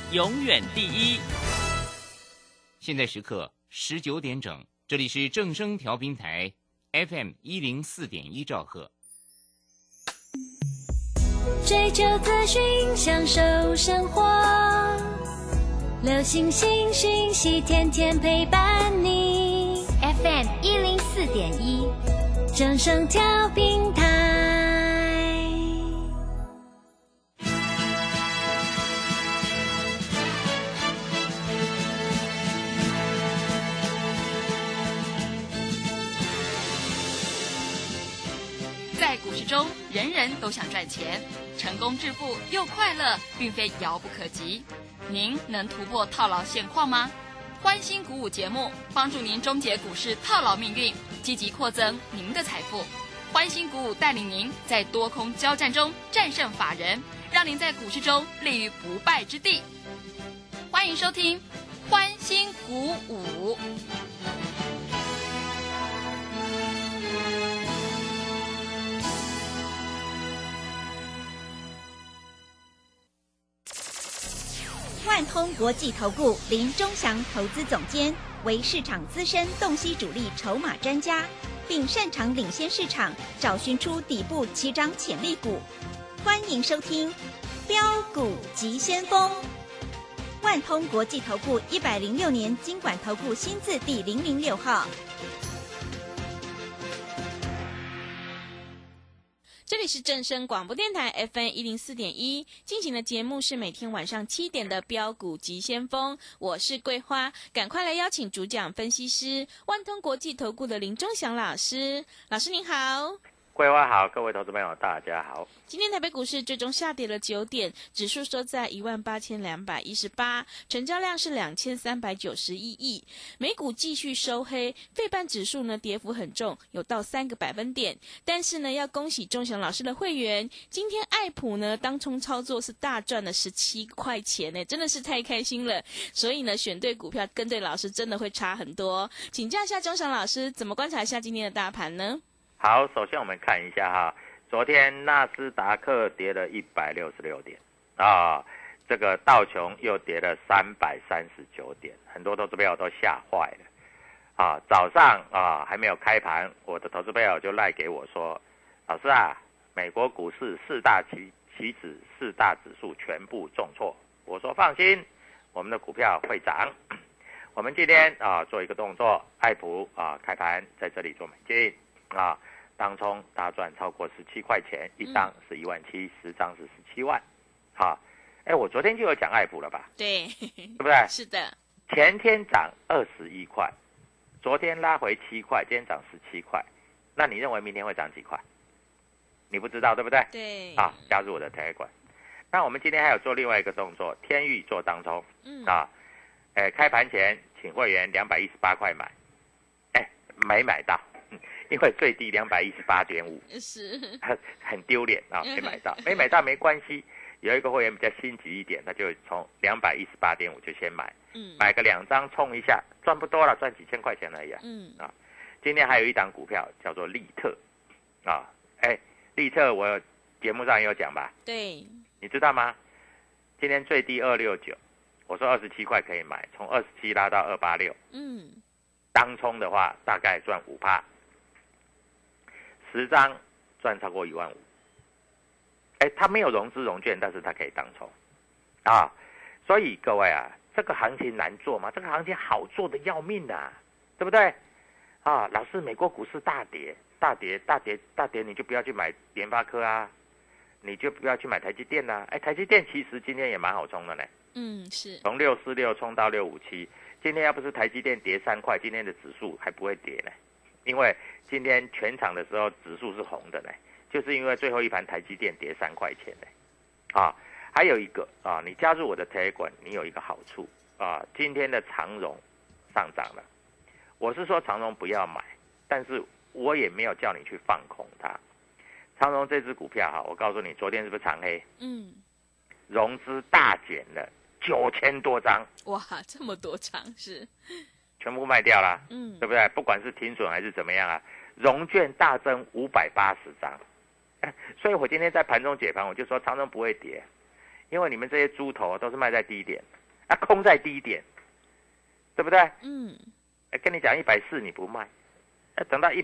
永远第一。现在时刻19点整，这里是正声调频台 FM 104.1兆赫。 追求资讯，享受生活，流行新讯息，天天陪伴你。FM 104.1，正声调频台。 在股市中，人人都想赚钱，成功致富又快乐，并非遥不可及。您能突破套牢现况吗？欢欣鼓舞节目帮助您终结股市套牢命运，积极扩增您的财富。欢欣鼓舞带领您在多空交战中战胜法人，让您在股市中立于不败之地。欢迎收听欢欣鼓舞。 万通国际投顾林钟祥投资总监为市场资深洞悉主力筹码专家，并擅长领先市场，找寻出底部起涨潜力股。欢迎收听标股急先锋。万通国际投顾106年金管投顾新字第006号。 这里是正声广播电台 FM 104.1，进行的节目是每天晚上7点的标股急先锋，我是桂花，赶快来邀请主讲分析师万通国际投顾的林钟祥老师。老师您好。 桂花好，各位投资朋友大家好。 今天台北股市最终下跌了9点，指数收在18218，成交量是2391亿。美股继续收黑，费半指数呢跌幅很重，有到3个百分点。但是呢，要恭喜钟祥老师的会员，今天爱普呢当冲操作是大赚了17块钱呢，真的是太开心了。所以呢，选对股票跟对老师真的会差很多。请教一下钟祥老师，怎么观察一下今天的大盘呢？ 好，首先我们看一下哈，昨天纳斯达克跌了166点啊，这个道琼又跌了339点，很多投资朋友都吓坏了啊。早上啊还没有开盘，我的投资朋友就赖给我说，老师啊，美国股市4大期指4大指数全部重挫。我说放心，我们的股票会涨。我们今天啊做一个动作，爱普啊开盘在这里做买进啊。当冲大赚超过17块钱，一张是17000，10张是17万。好，我昨天就有讲爱普了吧？ 对， 对不对？ 是的。 前天涨21块，昨天拉回7块，今天涨17块。那你认为明天会涨几块？你不知道对不对？ 对。 啊，加入我的 Telegram。那我们今天还有做另外一个动作，天钰做当冲。啊，开盘前请会员218块买，没买到。因为最低218.5， 是很丢脸啊！没买到，没买到没关系。有一个会员比较心急一点，他就从218.5就先买，买个2张冲一下，赚不多了，赚几千块钱而已啊。今天还有一档股票叫做利特，啊，利特我节目上也有讲吧？ 对， 你知道吗？今天最低269，我说27块可以买，从27拉到286，当冲的话大概赚5%。10张赚超过1万5，它没有融资融券，但是它可以当冲啊，所以各位啊，这个行情难做吗？这个行情好做的要命啊，对不对？啊，老师，美国股市大跌，你就不要去买联发科啊，你就不要去买台积电啊。台积电其实今天也蛮好冲的呢， 是从646冲到657，今天要不是台积电跌3块，今天的指数还不会跌呢。因为今天全场的时候指数是红的呢，就是因为最后一盘台积电跌3块钱呢。啊，还有一个啊，你加入我的 Telegram， 你有一个好处啊，今天的长荣上涨了。我是说长荣不要买，但是我也没有叫你去放空它。长荣这只股票哈，我告诉你，昨天是不是长黑？融资大减了9000多张。 哇，这么多张是。 全部卖掉了，对不对？不管是停损还是怎么样啊，融券大增580张，所以我今天在盘中解盘，我就说长荣不会跌， 因为你们这些猪头都是卖在低点，空在低点，对不对？跟你讲140你不卖，等到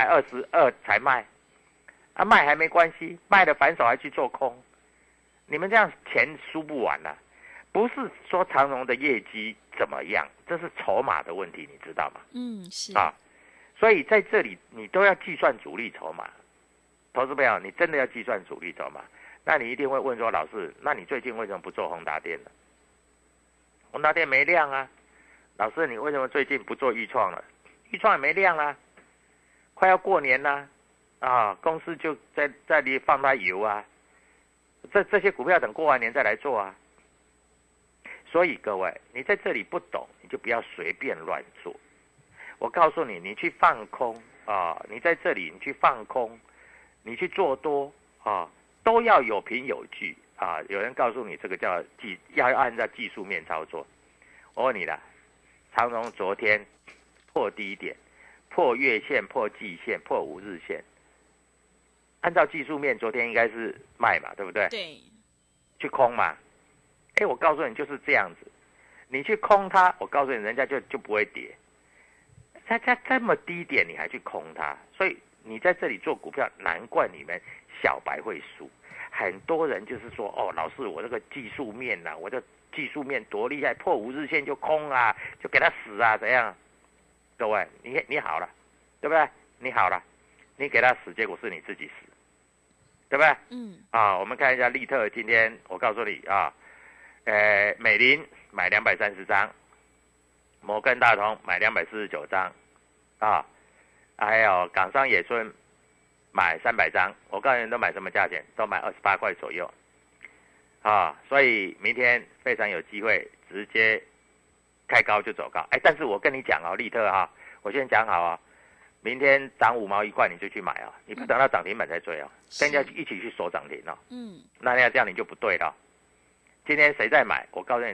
122才卖，卖还没关系，卖了反手还去做空，你们这样钱输不完啊。不是说长荣的业绩怎么样，这是筹码的问题，你知道吗？ 是所以在这里你都要计算主力筹码，投资朋友，你真的要计算主力筹码。那你一定会问说，老师，那你最近为什么不做宏达电呢？宏达电没量啊。老师，你为什么最近不做裕创了？裕创也没量啊，快要过年啦，公司就在这里放它油啊。这些股票等过完年再来做啊。所以各位，你在这里不懂，你就不要随便乱做。我告诉你，你去放空你在这里你去放空，你去做多都要有凭有据有人告诉你这个叫要按照技术面操作。我问你啦，长荣昨天破低点，破月线，破季线，破5日线，按照技术面昨天应该是卖嘛，对不对？ 对， 去空嘛。我告诉你就是这样子，你去空它，我告诉你人家就不会跌。在这么低点你还去空它，所以你在这里做股票，难怪你们小白会输。很多人就是说，老师，我这个技术面我的技术面多厉害，破5日线就空啊，就给他死啊，怎样？各位，你好了，对不对？你好了，你给他死，结果是你自己死，对不对？我们看一下利特，今天我告诉你美林买230张，摩根大通买249张，还有港商野村买300张，我告诉你都买什么价钱？都买28块左右，所以明天非常有机会直接开高就走高。但是我跟你讲利特我先讲好明天涨5毛1块你就去买你不等到涨停板才追跟人家一起去锁涨停那这样你就不对了。今天谁在买？我告诉你，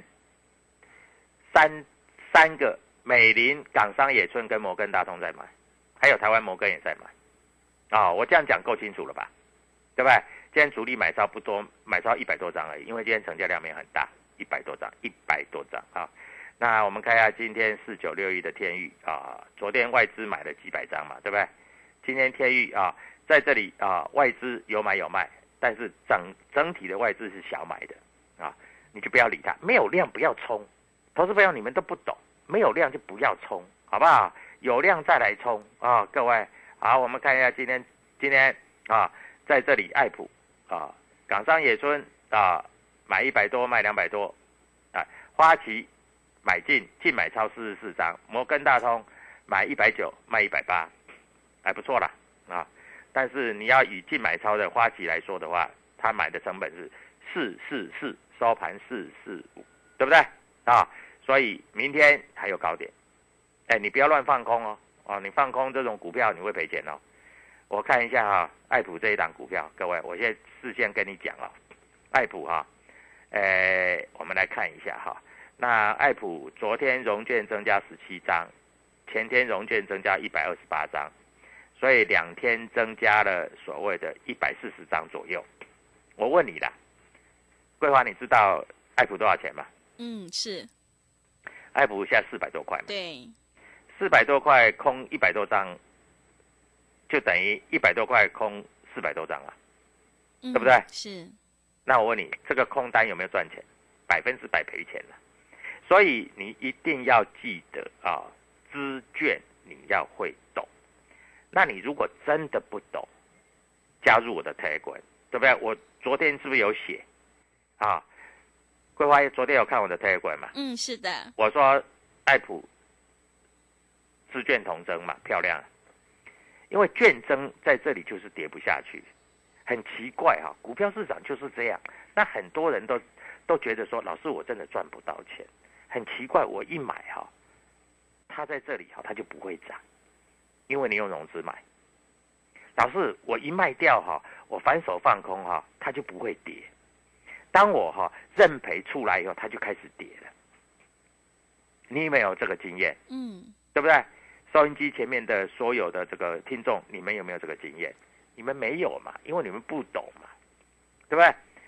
三个美林、港商野村跟摩根大通在买，还有台湾摩根也在买。我这样讲够清楚了吧？对不对？今天主力买超不多，买超100多张而已，因为今天成交量面很大，100多张那我们看一下今天4961的天钰昨天外资买了几百张嘛，对不对？今天天钰在这里外资有买有卖，但是整体的外资是小买的你就不要理它，没有量不要冲。投资朋友你们都不懂，没有量就不要冲，好不好？有量再来冲各位。好，我们看一下今天在这里爱普港商野村买100多卖200多花旗买进买超44张，摩根大通买190卖180，还不错啦但是你要以净买超的花旗来说的话，他买的成本是444，收盘445，对不对所以明天还有高点，你不要乱放空你放空这种股票你会赔钱我看一下爱普这一档股票，各位，我现在事先跟你讲爱普我们来看一下那爱普昨天融券增加17张，前天融券增加128张，所以2天增加了所谓的140张左右。我问你啦，桂花，你知道爱普多少钱吗？ 是。 爱普现在400多块嘛？ 对。 400多块空100多张，就等于100多块空400多张对不对？ 是。 那我问你，这个空单有没有赚钱？100%赔钱了。所以你一定要记得资券你要会懂。那你如果真的不懂，加入我的 Telegram， 对不对？我昨天是不是有写桂花昨天有看我的 Telegram 吗？ 是的。 我说爱普资券同增嘛，漂亮。因为券增在这里就是跌不下去，很奇怪股票市场就是这样。那很多人都觉得说，老师我真的赚不到钱，很奇怪，我一买它在这里它就不会涨，因为你用融资买。老师我一卖掉我反手放空它就不会跌。当我认赔出来以后，它就开始跌了。你有没有这个经验？对不对？收音机前面的所有的这个听众，你们有没有这个经验？你们没有嘛，因为你们不懂嘛，对不对？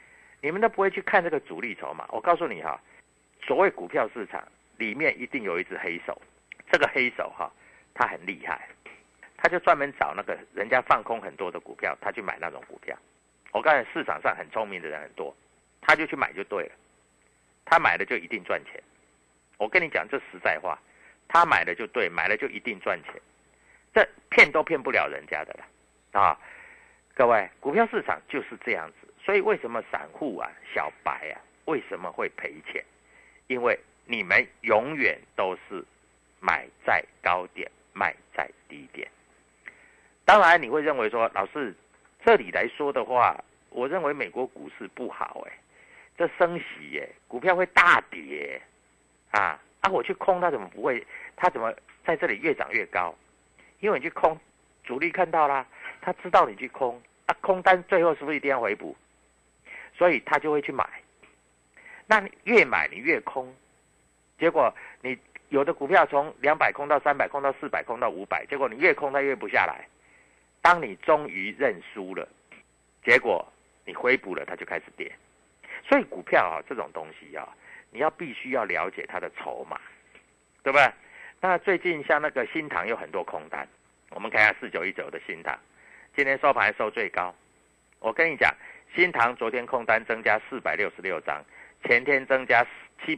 你们都不会去看这个主力筹码。我告诉你哈，所谓股票市场里面一定有一只黑手，这个黑手哈，他很厉害，他就专门找那个人家放空很多的股票，他去买那种股票。我告诉你，市场上很聪明的人很多，他就去买就对了，他买了就一定赚钱。我跟你讲这实在话，他买了就对，买了就一定赚钱，这骗都骗不了人家的了啊！各位，股票市场就是这样子，所以为什么散户啊、小白啊，为什么会赔钱？因为你们永远都是买在高点，卖在低点。当然你会认为说，老师这里来说的话，我认为美国股市不好这升息股票会大跌啊！我去空它怎么不会？它怎么在这里越涨越高？因为你去空，主力看到啦，他知道你去空空单最后是不是一定要回补？所以他就会去买。那你越买你越空，结果你有的股票从200空到300，空到400，空到500，结果你越空它越不下来。当你终于认输了，结果你回补了，它就开始跌。所以股票这种东西你必须要了解它的筹码，对不对？那最近像那个新唐有很多空单，我们看一下4919的新唐，今天收盘收最高。我跟你讲，新唐昨天空单增加466张，前天增加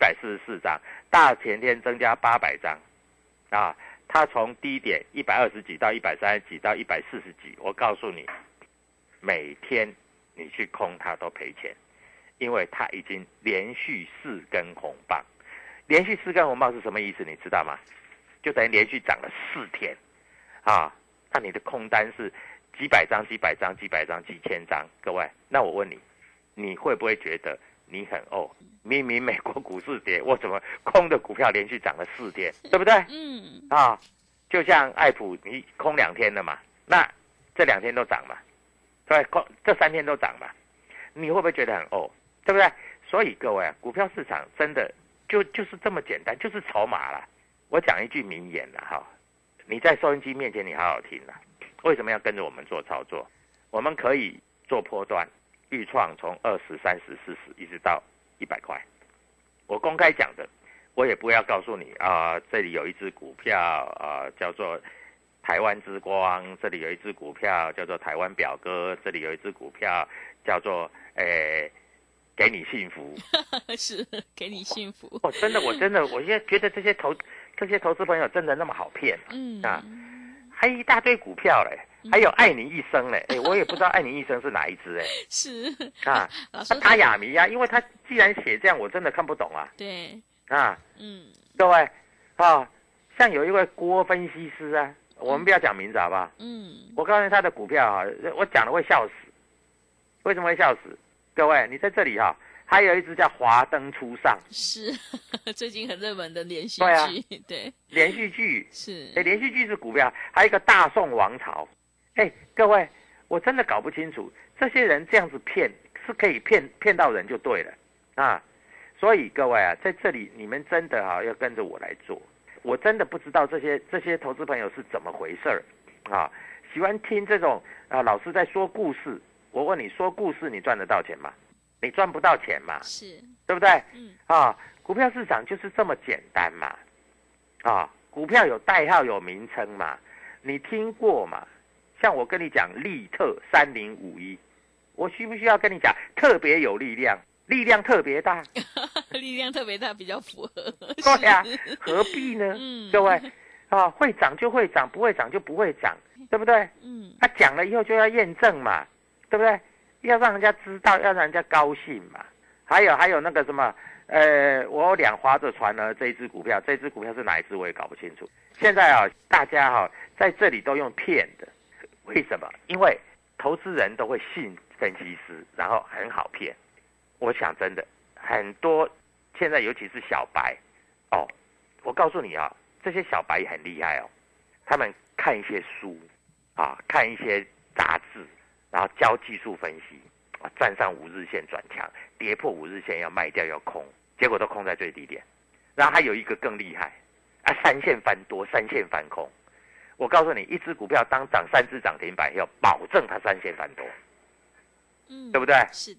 744张，大前天增加800张啊！它从低点120几到130几到140几，我告诉你，每天你去空它都赔钱，因为它已经连续4根红棒。连续4根红棒是什么意思？你知道吗？就等于连续涨了4天啊！那你的空单是几百张、几百张、几百张、几千张，各位，那我问你，你会不会觉得你很明明美国股市跌，我怎么空的股票连续涨了4天，对不对？就像爱普，你空2天了嘛，那这2天都涨嘛，对，这3天都涨嘛，你会不会觉得很对不对？所以各位股票市场真的就是这么简单，就是筹码啦。我讲一句名言啦你在收音机面前你好好听啦。为什么要跟着我们做操作？我们可以做波段，预创从20、30、40一直到100块。我公开讲的，我也不要告诉你这里有一只股票叫做台湾之光，这里有一只股票叫做台湾表哥，这里有一只股票叫做给你幸福。 是给你幸福。 真的，我现在觉得这些投资朋友真的那么好骗还一大堆股票嘞，还有爱你一生嘞，我也不知道爱你一生是哪一只是老师他雅迷因为他既然写这样，我真的看不懂对各位像有一位郭分析师我们不要讲名字好不好？我告诉你他的股票我讲了会笑死。为什么会笑死？各位，你在这里还有一只叫华灯初上， 是最近很热门的连续剧，对， 连续剧是， 连续剧是股票，还有一个大宋王朝，各位，我真的搞不清楚，这些人这样子骗是可以骗到人就对了所以各位在这里你们真的要跟着我来做，我真的不知道这些投资朋友是怎么回事喜欢听这种老师在说故事，我问你，说故事你赚得到钱吗？你赚不到钱嘛， 是， 对不对？股票市场就是这么简单嘛，股票有代号有名称嘛，你听过嘛？像我跟你讲利特3051，我需不需要跟你讲特别有力量，力量特别大？ 力量特别大比较符合。 对何必呢？各位会涨就会涨，不会涨就不会涨，对不对？他讲了以后就要验证嘛，对不对？要让人家知道，要让人家高兴嘛。还有那个什么，我有2划着船呢，这一只股票是哪一只我也搞不清楚。现在大家在这里都用骗的，为什么？因为投资人都会信分析师，然后很好骗。我想真的很多，现在尤其是小白我告诉你这些小白也很厉害他们看一些书看一些杂志。然后教技术分析站上5日线转强，跌破5日线要卖掉要空，结果都空在最低点。然后还有一个更厉害3线翻多3线翻空。我告诉你，一只股票当涨3只涨停板要保证它3线翻多，对不对？ 是的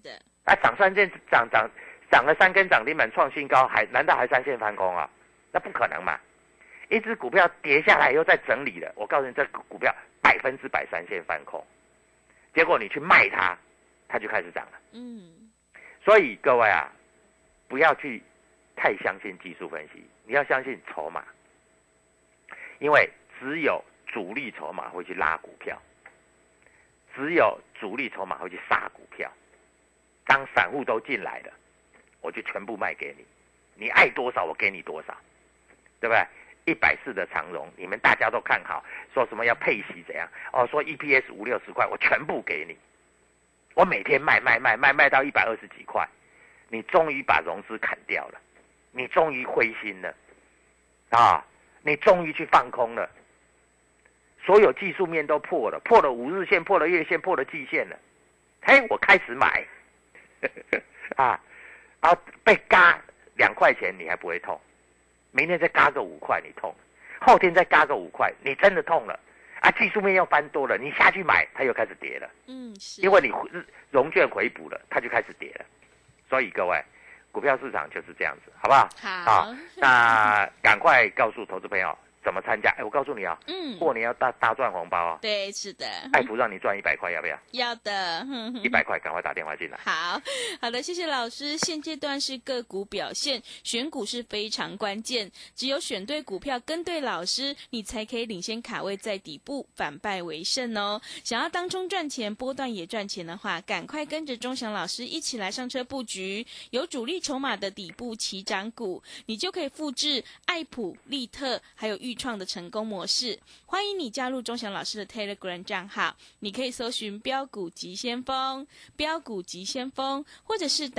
啊，涨3件，涨了3根涨停板创新高，难道还3线翻空啊？那不可能嘛！一只股票跌下来又再整理了，我告诉你，这股票100%3线翻空，结果你去卖它，它就开始涨了。所以各位啊，不要去太相信技术分析，你要相信筹码，因为只有主力筹码会去拉股票，只有主力筹码会去杀股票。当散户都进来了，我就全部卖给你，你爱多少我给你多少，对不对？140的长荣，你们大家都看好，说什么要配息怎样？哦，说 EPS 50-60块，我全部给你。我每天卖到120几块，你终于把融资砍掉了，你终于灰心了，啊，你终于去放空了，所有技术面都破了5日线，破了月线，破了季线了，嘿，我开始买，啊，然后被嘎2块钱你还不会痛。明天再嘎个5块，你痛；后天再嘎个5块，你真的痛了啊！技术面又翻多了，你下去买，它又开始跌了。 是因为你融券回补了，它就开始跌了。所以各位，股票市场就是这样子，好不好？ 好， 那赶快告诉投资朋友怎么参加。我告诉你啊，过年要大赚红包啊！ 对，是的， 爱普让你赚100块，要不要？ 要的 ，100块，赶快打电话进来。 好的，谢谢老师。现阶段是个股表现，选股是非常关键，只有选对股票，跟对老师，你才可以领先卡位在底部，反败为胜哦。想要当冲赚钱，波段也赚钱的话，赶快跟着钟祥老师一起来上车布局，有主力筹码的底部起涨股，你就可以复制爱普、利特还有豫创的成功模式。欢迎你加入钟祥老师的 Telegram 账号，你可以搜寻标股急先锋、标股急先锋，或者是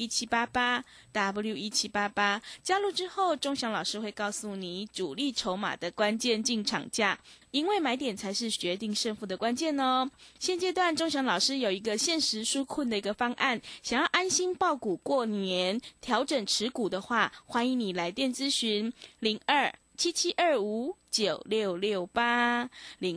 W1788 加入之后，钟祥老师会告诉你主力筹码的关键进场价，因为买点才是决定胜负的关键哦。现阶段钟祥老师有一个限时纾困的一个方案，想要安心抱股过年，调整持股的话，欢迎你来电咨询02-7725-9668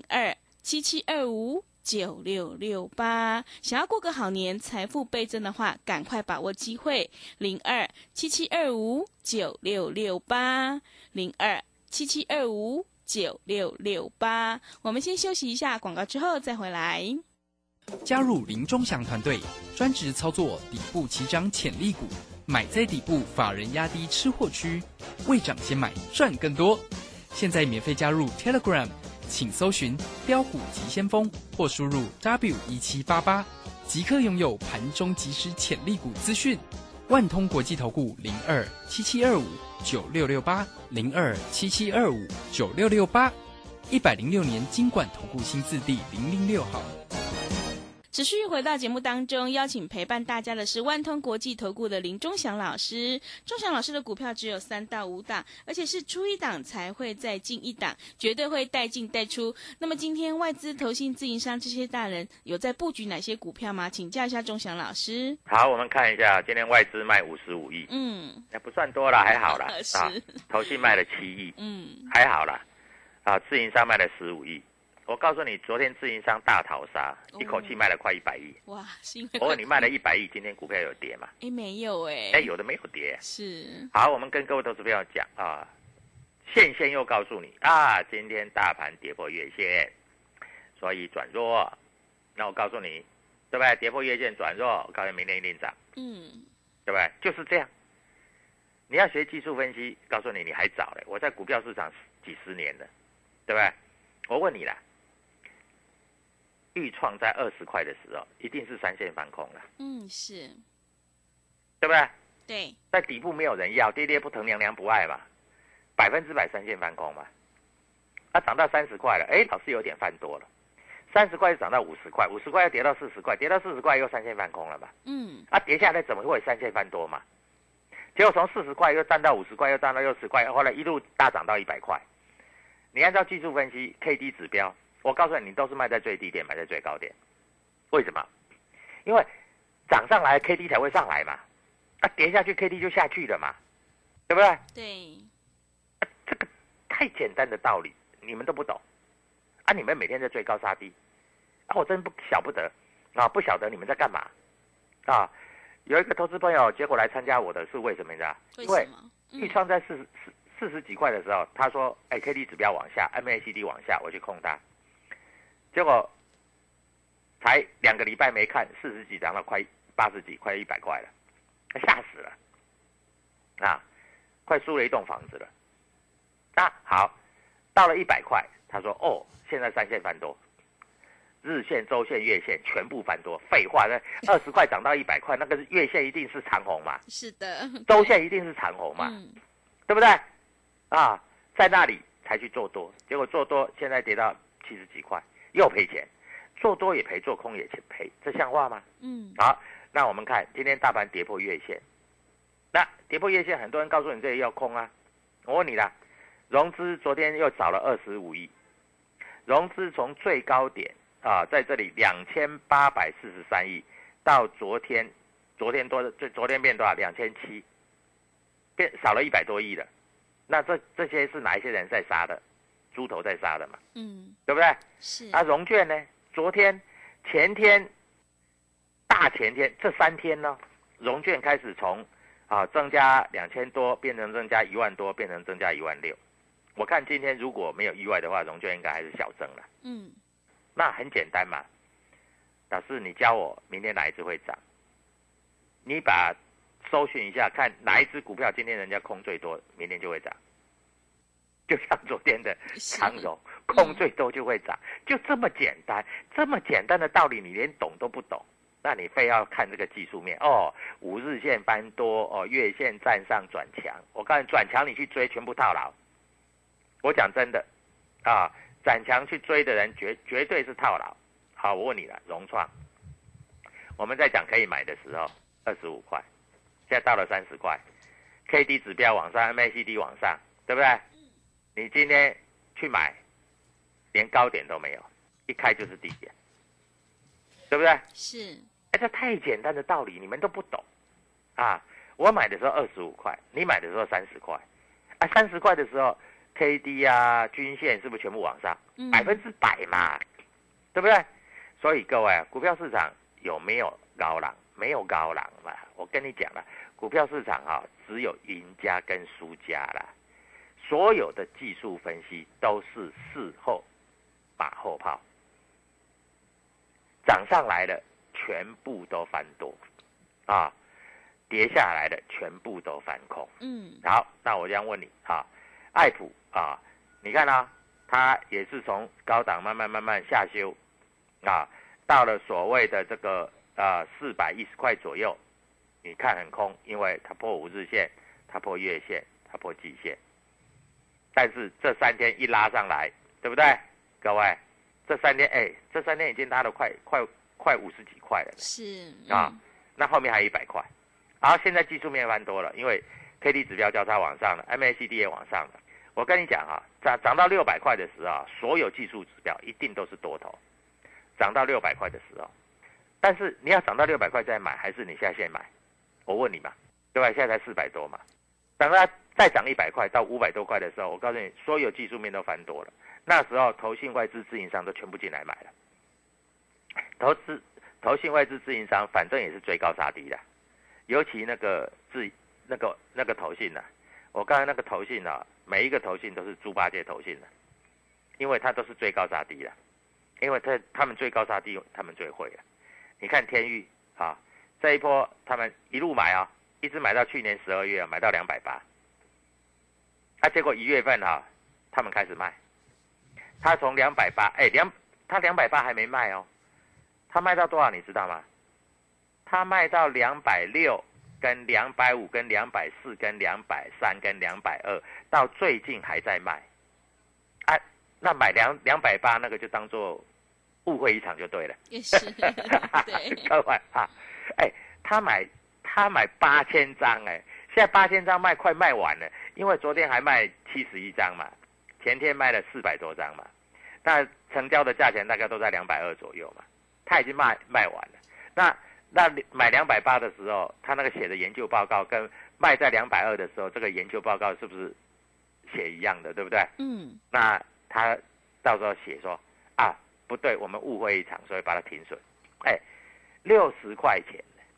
02-7725-9668，想要过个好年，财富倍增的话，赶快把握机会。02-7725-9668 02-7725-9668。我们先休息一下广告，之后再回来。 加入林钟祥团队，专职操作底部起涨潜力股，买在底部，法人压低吃货区，未涨先买赚更多。现在免费加入 Telegram， 请搜寻标股急先锋或输入 W1788， 即刻拥有盘中即时潜力股资讯。万通国际投顾02-7725-9668 02-7725-9668， 106年金管投顾新字第006号。 持续回到节目当中，邀请陪伴大家的是万通国际投顾的林钟祥老师。钟祥老师的股票只有3到5档，而且是出一档才会再进一档，绝对会带进带出。那么今天外资、投信、自营商这些大人有在布局哪些股票吗？请教一下钟祥老师。 好，我们看一下，今天外资卖55亿，那不算多了，还好啦。投信卖了7亿，还好啦。自营商卖了15亿。我告诉你，昨天自营商大逃杀，一口气卖了快100亿。 哇，是因为我问你，卖了100亿，今天股票有跌吗？ 没有有的没有跌。 是。 好，我们跟各位投资朋友讲啊，线又告诉你啊，今天大盘跌破月线，所以转弱。那我告诉你，对不对？跌破月线转弱，我告诉你明天一定涨。对不对？就是这样。你要学技术分析，告诉你你还早嘞。我在股票市场几十年了，对不对？我问你啦。豫创在20块的时候，一定是3线翻空了。 是， 对不对？ 对， 在底部没有人要，跌跌不疼，娘娘不爱嘛，100%3线翻空嘛。涨到30块了，老师有点翻多了，30块涨到50块，50块又跌到40块，跌到40块又3线翻空了嘛。跌下来怎么会3线翻多嘛？结果从40块又站到50块，又站到60块，后来一路大涨到100块。你按照技术分析 ，KD 指标。我告诉你，你都是卖在最低点，买在最高点。为什么？因为涨上来 KD 才会上来嘛，跌下去 KD 就下去了嘛，对不对？ 对。 这个太简单的道理，你们都不懂你们每天在追高杀低我真不晓不得不晓得你们在干嘛有一个投资朋友，结果来参加我的是为什么呢？ 为什么？ 因为豫创在40几块的时候，他说，K D 指标往下 ，MACD 往下，我去空它，结果才2个礼拜没看，40几涨到快80几，快100块了，吓死了，啊，快输了一栋房子了。那好，到了100块，他说，现在3线翻多。日线、周线、月线全部翻多，废话，那20块涨到100块，那个月线一定是长红嘛？ 是的， 周线一定是长红嘛？对不对？啊，在那里才去做多，结果做多现在跌到70几块，又赔钱，做多也赔，做空也赔，这像话吗？好，那我们看今天大盘跌破月线，那跌破月线，很多人告诉你这里要空啊，我问你啦，融资昨天又涨了25亿，融资从最高点。在这里2843亿，到昨天变多少？2700，变少了100多亿了。那这些是哪一些人在杀的？猪头在杀的嘛？对不对？ 是。 融券呢？昨天、前天、大前天这3天呢，融券开始从增加2000多，变成增加1万多，变成增加1万6。我看今天如果没有意外的话，融券应该还是小增了。那很简单嘛，老师，你教我明天哪一只会涨？你把搜寻一下，看哪一只股票今天人家空最多，明天就会涨。就像昨天的长荣，空最多就会涨，就这么简单，这么简单的道理，你连懂都不懂，那你非要看这个技术面5日线翻多月线站上转强，我告诉你，转强你去追全部套牢。我讲真的转强去追的人绝对是套牢。好，我问你了，融创，我们在讲可以买的时候25块，现在到了30块 ，KD 指标往上 ，MACD 往上，对不对？你今天去买，连高点都没有，一开就是低点，对不对？ 是。 这太简单的道理，你们都不懂我买的时候25块，你买的时候30块，30块的时候。KD 均线是不是全部往上？100%嘛，对不对？所以各位，股票市场有没有高浪？没有高浪嘛。我跟你讲了，股票市场只有赢家跟输家啦。所有的技术分析都是事后马后炮，涨上来了全部都翻多跌下来了全部都翻空。好，那我这样问你爱普你看它也是从高档慢慢下修到了所谓的这个410块左右，你看很空，因为它破5日线，它破月线，它破季线。但是这3天一拉上来，对不对？各位，这3天已经拉了快50几块了。 是那后面还有100块。然后现在技术面翻多了，因为 KD 指标交叉往上了 ，MACD 也往上了。我跟你讲涨到600块的时候所有技术指标一定都是多头。涨到600块的时候，但是你要涨到600块再买，还是你现在先买？我问你嘛，对吧？现在才400多嘛，等它再涨100块到500多块的时候，我告诉你，所有技术面都翻多了。那时候投信外资自营商都全部进来买了。投信外资自营商反正也是追高杀低的，尤其那个投信我刚才那个投信每一个投信都是猪八戒投信的，因为它都是追高杀低的，因为他们追高杀低，他们最会了。你看天钰这一波他们一路买一直买到去年12月买到280，结果1月份他们开始卖，他从280他280还没卖他卖到多少你知道吗？他卖到260。跟250跟240跟230跟220，到最近还在卖，那买280那个就当做误会一场就对了。 也是，对， 各位他买8000张现在8000张快卖完了，因为昨天还卖71张嘛，前天卖了400多张嘛，那成交的价钱大概都在220左右嘛，他已经卖完了。那买280的时候，他那个写的研究报告跟卖在220的时候，这个研究报告是不是写一样的，对不对？那他到时候写说不对，我们误会一场，所以把它停损。60块钱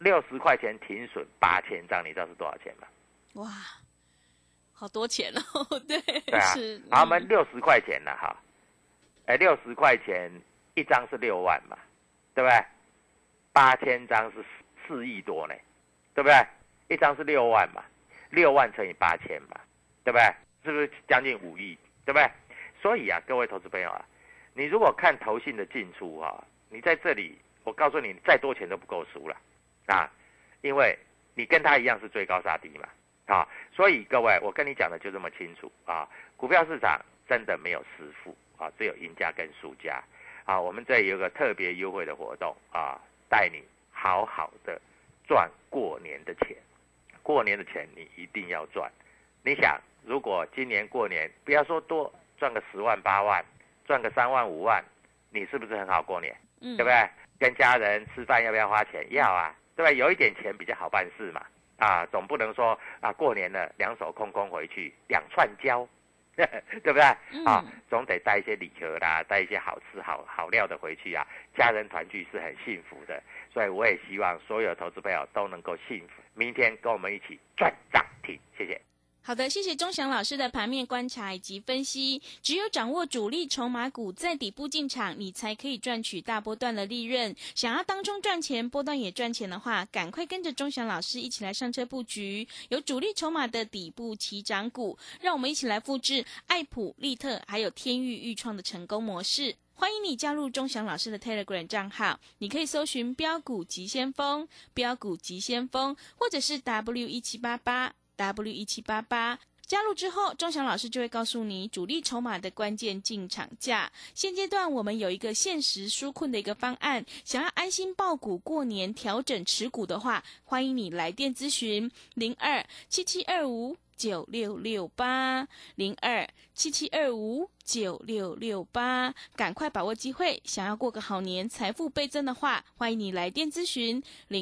60块钱停损8000张，你知道是多少钱吗？ 哇，好多钱哦！对啊， 是。 好，我们60块钱了哈，60块钱一张是6万嘛，对不对？8000张是4亿多呢，对不对？一张是6万嘛，6万乘以8000嘛，对不对？是不是将近5亿？对不对？所以啊，各位投资朋友啊，你如果看投信的进出啊，你在这里，我告诉你，再多钱都不够输了啊，因为你跟他一样是追高杀低嘛，啊，所以各位，我跟你讲的就这么清楚啊，股票市场真的没有师傅啊，只有赢家跟输家啊。我们这里有个特别优惠的活动啊，带你好好的赚过年的钱，过年的钱你一定要赚。你想，如果今年过年不要说多赚个10万8万，赚个3万5万，你是不是很好过年？对不对？跟家人吃饭要不要花钱？要啊，对不对？有一点钱比较好办事嘛，啊，总不能说啊过年了2手空空回去2串胶，对不对？啊，总得带一些礼盒啦，带一些好吃好料的回去啊，家人团聚是很幸福的，所以我也希望所有投资朋友都能够幸福，明天跟我们一起赚涨停，谢谢。 好的，谢谢钟祥老师的盘面观察以及分析。只有掌握主力筹码股在底部进场，你才可以赚取大波段的利润。想要当中赚钱，波段也赚钱的话，赶快跟着钟祥老师一起来上车布局有主力筹码的底部起涨股，让我们一起来复制爱普、利特还有天域、裕创的成功模式。欢迎你加入钟祥老师的 Telegram 账号，你可以搜寻标股急先锋、标股急先锋，或者是 W1788。加入之后，钟祥老师就会告诉你主力筹码的关键进场价。现阶段我们有一个限时纾困的一个方案，想要安心抱股过年调整持股的话，欢迎你来电咨询02-7725-9668，02-7725-9668，赶快把握机会，想要过个好年，财富倍增的话，欢迎你来电咨询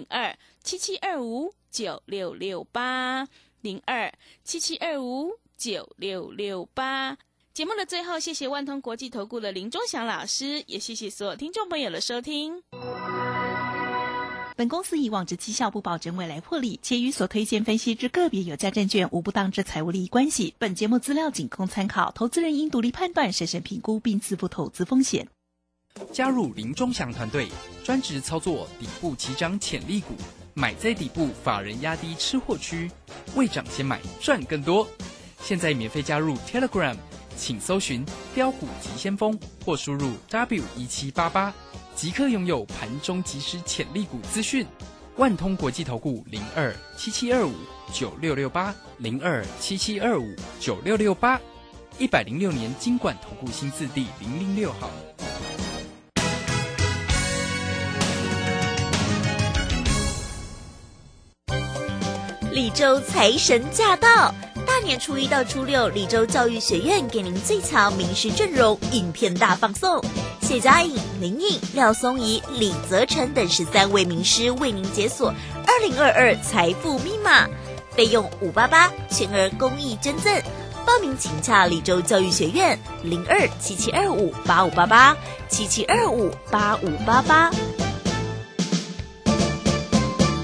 02-7725-9668，02-7725-9668。节目的最后，谢谢万通国际投顾的林钟祥老师，也谢谢所有听众朋友的收听。 本公司以往之绩效不保证未来获利，且与所推荐分析之个别有价证券无不当之财务利益关系。本节目资料仅供参考，投资人应独立判断、审慎评估并自负投资风险。 加入林钟祥团队，专职操作底部起涨潜力股，买在底部，法人压低吃货区，未涨先买赚更多。现在免费加入 Telegram， 请搜寻标股急先锋或输入 W1788，即刻拥有盘中即时潜力股资讯。万通国际投顾02-7725-9668，02-7725-9668，106年金管投顾新字第006号。 李州财神驾到！大年初1到初6，李州教育学院给您最强名师阵容，影片大放送。谢佳颖、林颖、廖松怡、李泽成等13位名师为您解锁2022财富密码，费用588，全额公益捐赠。报名请洽李州教育学院02-7725-8588，7725-8588。